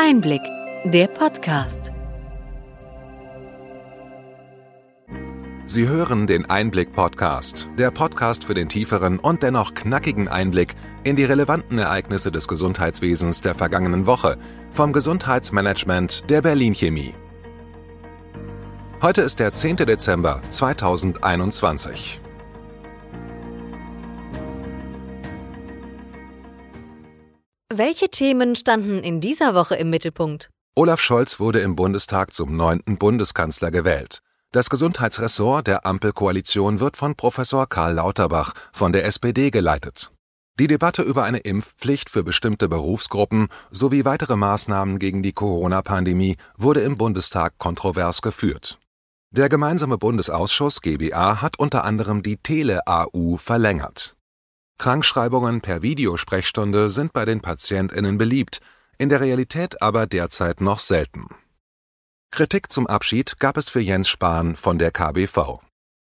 Einblick, der Podcast. Sie hören den Einblick-Podcast, der Podcast für den tieferen und dennoch knackigen Einblick in die relevanten Ereignisse des Gesundheitswesens der vergangenen Woche vom Gesundheitsmanagement der Berlin Chemie. Heute ist der 10. Dezember 2021. Welche Themen standen in dieser Woche im Mittelpunkt? Olaf Scholz wurde im Bundestag zum 9. Bundeskanzler gewählt. Das Gesundheitsressort der Ampelkoalition wird von Professor Karl Lauterbach von der SPD geleitet. Die Debatte über eine Impfpflicht für bestimmte Berufsgruppen sowie weitere Maßnahmen gegen die Corona-Pandemie wurde im Bundestag kontrovers geführt. Der gemeinsame Bundesausschuss GBA hat unter anderem die Tele-AU verlängert. Krankschreibungen per Videosprechstunde sind bei den PatientInnen beliebt, in der Realität aber derzeit noch selten. Kritik zum Abschied gab es für Jens Spahn von der KBV.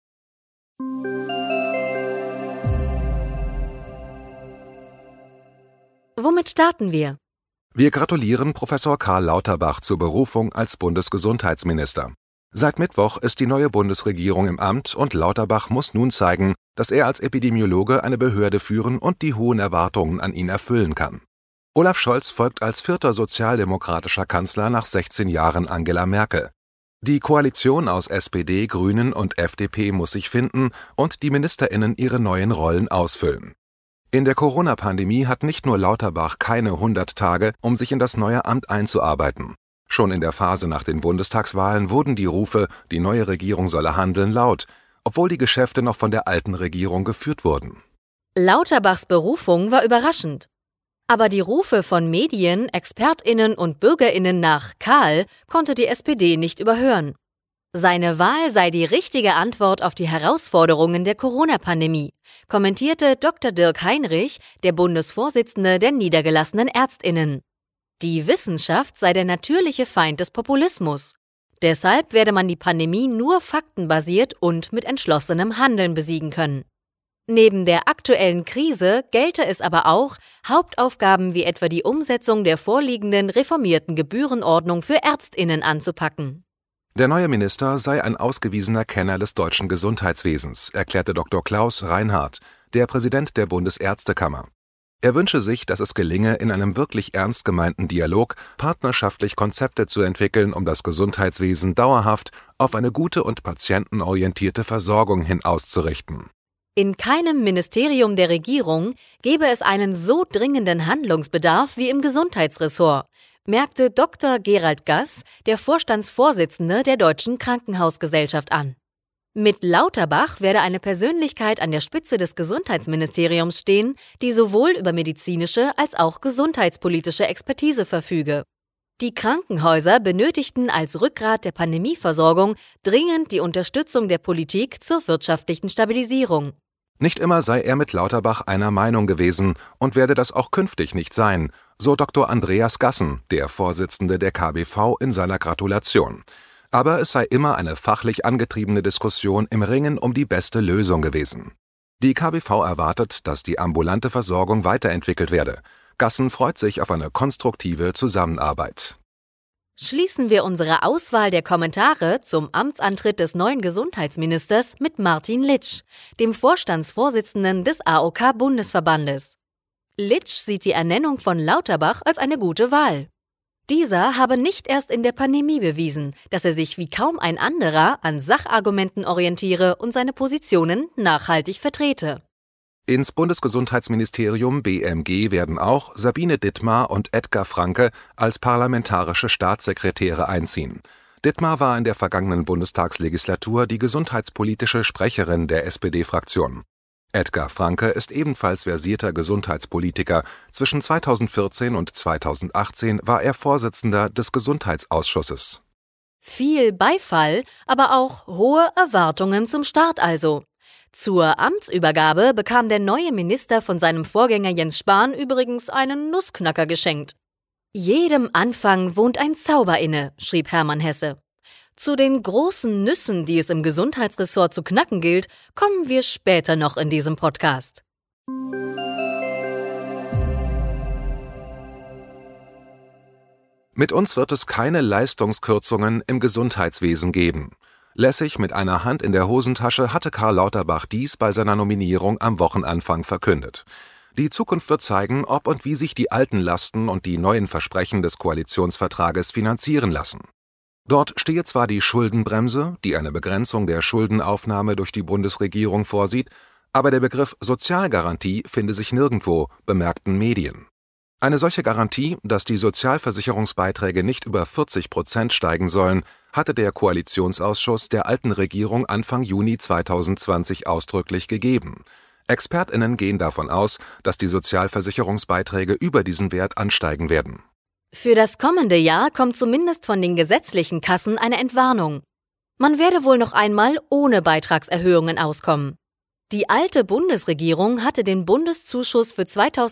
Womit starten wir? Wir gratulieren Professor Karl Lauterbach zur Berufung als Bundesgesundheitsminister. Seit Mittwoch ist die neue Bundesregierung im Amt und Lauterbach muss nun zeigen, dass er als Epidemiologe eine Behörde führen und die hohen Erwartungen an ihn erfüllen kann. Olaf Scholz folgt als vierter sozialdemokratischer Kanzler nach 16 Jahren Angela Merkel. Die Koalition aus SPD, Grünen und FDP muss sich finden und die MinisterInnen ihre neuen Rollen ausfüllen. In der Corona-Pandemie hat nicht nur Lauterbach keine 100 Tage, um sich in das neue Amt einzuarbeiten. Schon in der Phase nach den Bundestagswahlen wurden die Rufe, die neue Regierung solle handeln, laut, obwohl die Geschäfte noch von der alten Regierung geführt wurden. Lauterbachs Berufung war überraschend. Aber die Rufe von Medien, ExpertInnen und BürgerInnen nach Karl konnte die SPD nicht überhören. Seine Wahl sei die richtige Antwort auf die Herausforderungen der Corona-Pandemie, kommentierte Dr. Dirk Heinrich, der Bundesvorsitzende der niedergelassenen ÄrztInnen. Die Wissenschaft sei der natürliche Feind des Populismus. Deshalb werde man die Pandemie nur faktenbasiert und mit entschlossenem Handeln besiegen können. Neben der aktuellen Krise gelte es aber auch, Hauptaufgaben wie etwa die Umsetzung der vorliegenden reformierten Gebührenordnung für ÄrztInnen anzupacken. Der neue Minister sei ein ausgewiesener Kenner des deutschen Gesundheitswesens, erklärte Dr. Klaus Reinhardt, der Präsident der Bundesärztekammer. Er wünsche sich, dass es gelinge, in einem wirklich ernst gemeinten Dialog partnerschaftlich Konzepte zu entwickeln, um das Gesundheitswesen dauerhaft auf eine gute und patientenorientierte Versorgung hin auszurichten. In keinem Ministerium der Regierung gebe es einen so dringenden Handlungsbedarf wie im Gesundheitsressort, merkte Dr. Gerald Gass, der Vorstandsvorsitzende der Deutschen Krankenhausgesellschaft, an. Mit Lauterbach werde eine Persönlichkeit an der Spitze des Gesundheitsministeriums stehen, die sowohl über medizinische als auch gesundheitspolitische Expertise verfüge. Die Krankenhäuser benötigten als Rückgrat der Pandemieversorgung dringend die Unterstützung der Politik zur wirtschaftlichen Stabilisierung. Nicht immer sei er mit Lauterbach einer Meinung gewesen und werde das auch künftig nicht sein, so Dr. Andreas Gassen, der Vorsitzende der KBV, in seiner Gratulation. Aber es sei immer eine fachlich angetriebene Diskussion im Ringen um die beste Lösung gewesen. Die KBV erwartet, dass die ambulante Versorgung weiterentwickelt werde. Gassen freut sich auf eine konstruktive Zusammenarbeit. Schließen wir unsere Auswahl der Kommentare zum Amtsantritt des neuen Gesundheitsministers mit Martin Litsch, dem Vorstandsvorsitzenden des AOK-Bundesverbandes. Litsch sieht die Ernennung von Lauterbach als eine gute Wahl. Dieser habe nicht erst in der Pandemie bewiesen, dass er sich wie kaum ein anderer an Sachargumenten orientiere und seine Positionen nachhaltig vertrete. Ins Bundesgesundheitsministerium BMG werden auch Sabine Dittmar und Edgar Franke als parlamentarische Staatssekretäre einziehen. Dittmar war in der vergangenen Bundestagslegislatur die gesundheitspolitische Sprecherin der SPD-Fraktion. Edgar Franke ist ebenfalls versierter Gesundheitspolitiker. Zwischen 2014 und 2018 war er Vorsitzender des Gesundheitsausschusses. Viel Beifall, aber auch hohe Erwartungen zum Start also. Zur Amtsübergabe bekam der neue Minister von seinem Vorgänger Jens Spahn übrigens einen Nussknacker geschenkt. Jedem Anfang wohnt ein Zauber inne, schrieb Hermann Hesse. Zu den großen Nüssen, die es im Gesundheitsressort zu knacken gilt, kommen wir später noch in diesem Podcast. Mit uns wird es keine Leistungskürzungen im Gesundheitswesen geben. Lässig mit einer Hand in der Hosentasche hatte Karl Lauterbach dies bei seiner Nominierung am Wochenanfang verkündet. Die Zukunft wird zeigen, ob und wie sich die alten Lasten und die neuen Versprechen des Koalitionsvertrages finanzieren lassen. Dort stehe zwar die Schuldenbremse, die eine Begrenzung der Schuldenaufnahme durch die Bundesregierung vorsieht, aber der Begriff Sozialgarantie finde sich nirgendwo, bemerkten Medien. Eine solche Garantie, dass die Sozialversicherungsbeiträge nicht über 40% steigen sollen, hatte der Koalitionsausschuss der alten Regierung Anfang Juni 2020 ausdrücklich gegeben. ExpertInnen gehen davon aus, dass die Sozialversicherungsbeiträge über diesen Wert ansteigen werden. Für das kommende Jahr kommt zumindest von den gesetzlichen Kassen eine Entwarnung. Man werde wohl noch einmal ohne Beitragserhöhungen auskommen. Die alte Bundesregierung hatte den Bundeszuschuss für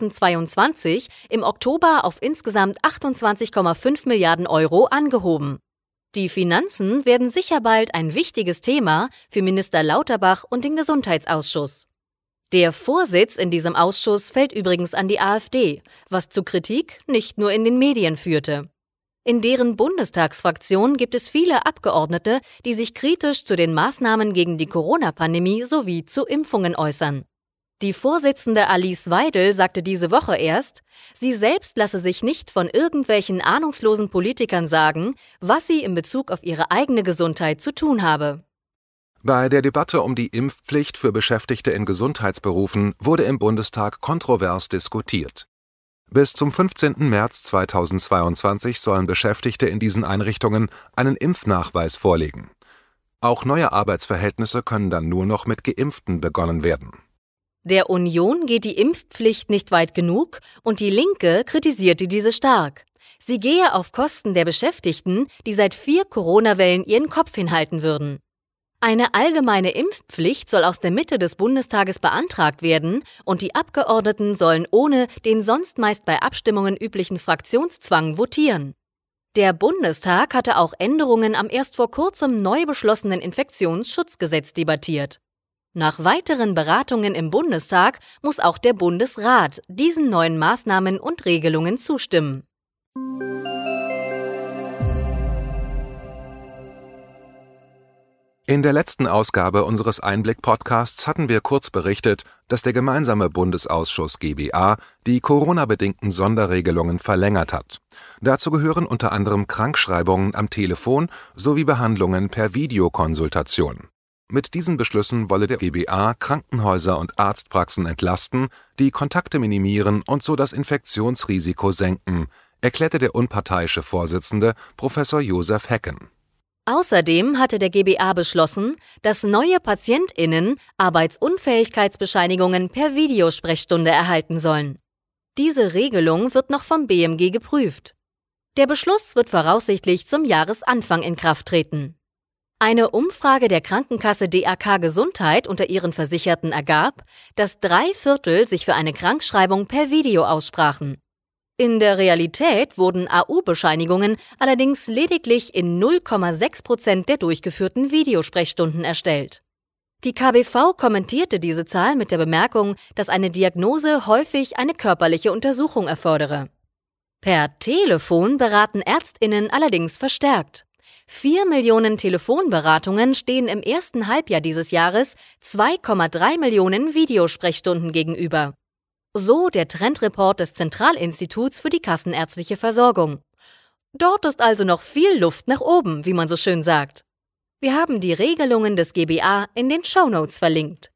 2022 im Oktober auf insgesamt 28,5 Milliarden Euro angehoben. Die Finanzen werden sicher bald ein wichtiges Thema für Minister Lauterbach und den Gesundheitsausschuss. Der Vorsitz in diesem Ausschuss fällt übrigens an die AfD, was zu Kritik nicht nur in den Medien führte. In deren Bundestagsfraktion gibt es viele Abgeordnete, die sich kritisch zu den Maßnahmen gegen die Corona-Pandemie sowie zu Impfungen äußern. Die Vorsitzende Alice Weidel sagte diese Woche erst, sie selbst lasse sich nicht von irgendwelchen ahnungslosen Politikern sagen, was sie in Bezug auf ihre eigene Gesundheit zu tun habe. Bei der Debatte um die Impfpflicht für Beschäftigte in Gesundheitsberufen wurde im Bundestag kontrovers diskutiert. Bis zum 15. März 2022 sollen Beschäftigte in diesen Einrichtungen einen Impfnachweis vorlegen. Auch neue Arbeitsverhältnisse können dann nur noch mit Geimpften begonnen werden. Der Union geht die Impfpflicht nicht weit genug und die Linke kritisierte diese stark. Sie gehe auf Kosten der Beschäftigten, die seit 4 Corona-Wellen ihren Kopf hinhalten würden. Eine allgemeine Impfpflicht soll aus der Mitte des Bundestages beantragt werden und die Abgeordneten sollen ohne den sonst meist bei Abstimmungen üblichen Fraktionszwang votieren. Der Bundestag hatte auch Änderungen am erst vor kurzem neu beschlossenen Infektionsschutzgesetz debattiert. Nach weiteren Beratungen im Bundestag muss auch der Bundesrat diesen neuen Maßnahmen und Regelungen zustimmen. In der letzten Ausgabe unseres Einblick-Podcasts hatten wir kurz berichtet, dass der gemeinsame Bundesausschuss GBA die Corona-bedingten Sonderregelungen verlängert hat. Dazu gehören unter anderem Krankschreibungen am Telefon sowie Behandlungen per Videokonsultation. Mit diesen Beschlüssen wolle der GBA Krankenhäuser und Arztpraxen entlasten, die Kontakte minimieren und so das Infektionsrisiko senken, erklärte der unparteiische Vorsitzende Professor Josef Hecken. Außerdem hatte der GBA beschlossen, dass neue PatientInnen Arbeitsunfähigkeitsbescheinigungen per Videosprechstunde erhalten sollen. Diese Regelung wird noch vom BMG geprüft. Der Beschluss wird voraussichtlich zum Jahresanfang in Kraft treten. Eine Umfrage der Krankenkasse DAK Gesundheit unter ihren Versicherten ergab, dass 3/4 sich für eine Krankschreibung per Video aussprachen. In der Realität wurden AU-Bescheinigungen allerdings lediglich in 0,6% der durchgeführten Videosprechstunden erstellt. Die KBV kommentierte diese Zahl mit der Bemerkung, dass eine Diagnose häufig eine körperliche Untersuchung erfordere. Per Telefon beraten ÄrztInnen allerdings verstärkt. 4 Millionen Telefonberatungen stehen im ersten Halbjahr dieses Jahres 2,3 Millionen Videosprechstunden gegenüber. So der Trendreport des Zentralinstituts für die kassenärztliche Versorgung. Dort ist also noch viel Luft nach oben, wie man so schön sagt. Wir haben die Regelungen des GBA in den Shownotes verlinkt.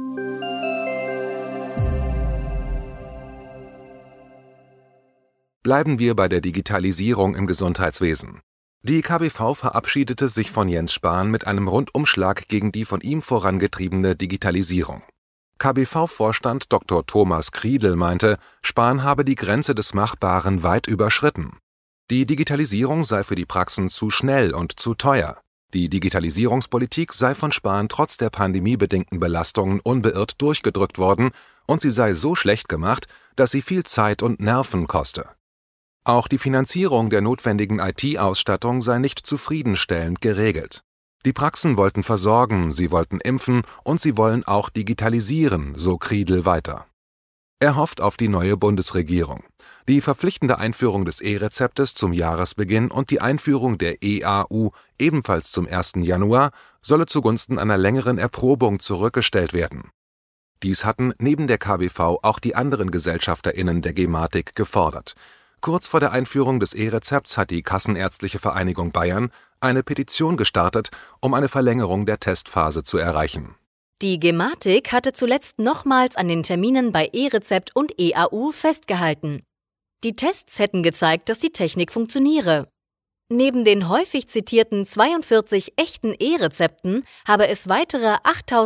Bleiben wir bei der Digitalisierung im Gesundheitswesen. Die KBV verabschiedete sich von Jens Spahn mit einem Rundumschlag gegen die von ihm vorangetriebene Digitalisierung. KBV-Vorstand Dr. Thomas Kriedl meinte, Spahn habe die Grenze des Machbaren weit überschritten. Die Digitalisierung sei für die Praxen zu schnell und zu teuer. Die Digitalisierungspolitik sei von Spahn trotz der pandemiebedingten Belastungen unbeirrt durchgedrückt worden und sie sei so schlecht gemacht, dass sie viel Zeit und Nerven koste. Auch die Finanzierung der notwendigen IT-Ausstattung sei nicht zufriedenstellend geregelt. Die Praxen wollten versorgen, sie wollten impfen und sie wollen auch digitalisieren, so Kriedl weiter. Er hofft auf die neue Bundesregierung. Die verpflichtende Einführung des E-Rezeptes zum Jahresbeginn und die Einführung der EAU ebenfalls zum 1. Januar solle zugunsten einer längeren Erprobung zurückgestellt werden. Dies hatten neben der KBV auch die anderen GesellschafterInnen der Gematik gefordert. Kurz vor der Einführung des E-Rezepts hat die Kassenärztliche Vereinigung Bayern eine Petition gestartet, um eine Verlängerung der Testphase zu erreichen. Die Gematik hatte zuletzt nochmals an den Terminen bei E-Rezept und EAU festgehalten. Die Tests hätten gezeigt, dass die Technik funktioniere. Neben den häufig zitierten 42 echten E-Rezepten habe es weitere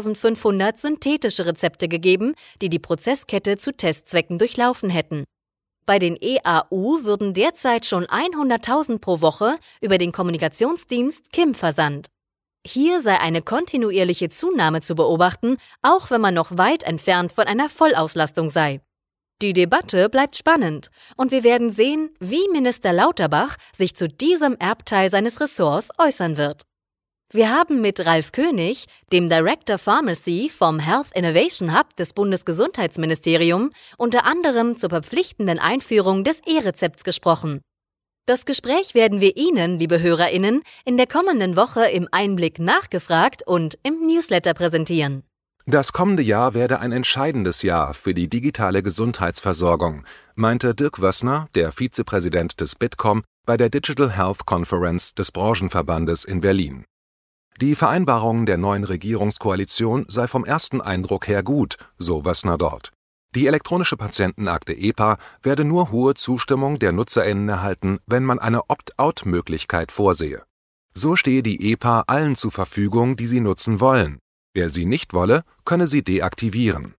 8.500 synthetische Rezepte gegeben, die die Prozesskette zu Testzwecken durchlaufen hätten. Bei den EAU würden derzeit schon 100.000 pro Woche über den Kommunikationsdienst KIM versandt. Hier sei eine kontinuierliche Zunahme zu beobachten, auch wenn man noch weit entfernt von einer Vollauslastung sei. Die Debatte bleibt spannend und wir werden sehen, wie Minister Lauterbach sich zu diesem Erbteil seines Ressorts äußern wird. Wir haben mit Ralf König, dem Director Pharmacy vom Health Innovation Hub des Bundesgesundheitsministeriums, unter anderem zur verpflichtenden Einführung des E-Rezepts gesprochen. Das Gespräch werden wir Ihnen, liebe HörerInnen, in der kommenden Woche im Einblick nachgefragt und im Newsletter präsentieren. Das kommende Jahr werde ein entscheidendes Jahr für die digitale Gesundheitsversorgung, meinte Dirk Wössner, der Vizepräsident des Bitkom, bei der Digital Health Conference des Branchenverbandes in Berlin. Die Vereinbarung der neuen Regierungskoalition sei vom ersten Eindruck her gut, so Wössner dort. Die elektronische Patientenakte EPA werde nur hohe Zustimmung der NutzerInnen erhalten, wenn man eine Opt-out-Möglichkeit vorsehe. So stehe die EPA allen zur Verfügung, die sie nutzen wollen. Wer sie nicht wolle, könne sie deaktivieren.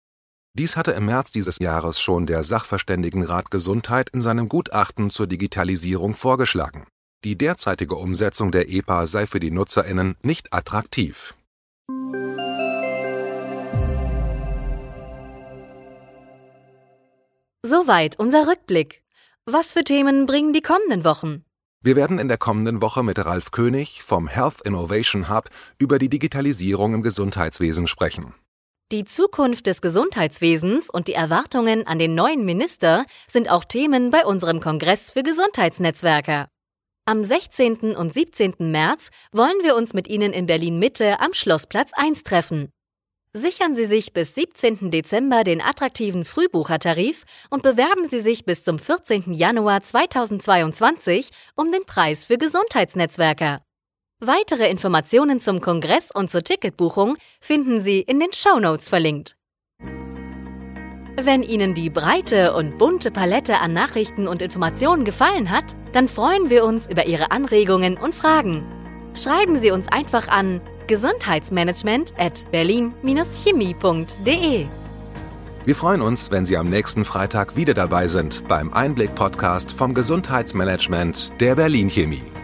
Dies hatte im März dieses Jahres schon der Sachverständigenrat Gesundheit in seinem Gutachten zur Digitalisierung vorgeschlagen. Die derzeitige Umsetzung der EPA sei für die NutzerInnen nicht attraktiv. Soweit unser Rückblick. Was für Themen bringen die kommenden Wochen? Wir werden in der kommenden Woche mit Ralf König vom Health Innovation Hub über die Digitalisierung im Gesundheitswesen sprechen. Die Zukunft des Gesundheitswesens und die Erwartungen an den neuen Minister sind auch Themen bei unserem Kongress für Gesundheitsnetzwerker. Am 16. und 17. März wollen wir uns mit Ihnen in Berlin-Mitte am Schlossplatz 1 treffen. Sichern Sie sich bis 17. Dezember den attraktiven Frühbuchertarif und bewerben Sie sich bis zum 14. Januar 2022 um den Preis für Gesundheitsnetzwerker. Weitere Informationen zum Kongress und zur Ticketbuchung finden Sie in den Shownotes verlinkt. Wenn Ihnen die breite und bunte Palette an Nachrichten und Informationen gefallen hat, dann freuen wir uns über Ihre Anregungen und Fragen. Schreiben Sie uns einfach an gesundheitsmanagement@berlin-chemie.de. Wir freuen uns, wenn Sie am nächsten Freitag wieder dabei sind beim Einblick-Podcast vom Gesundheitsmanagement der Berlin Chemie.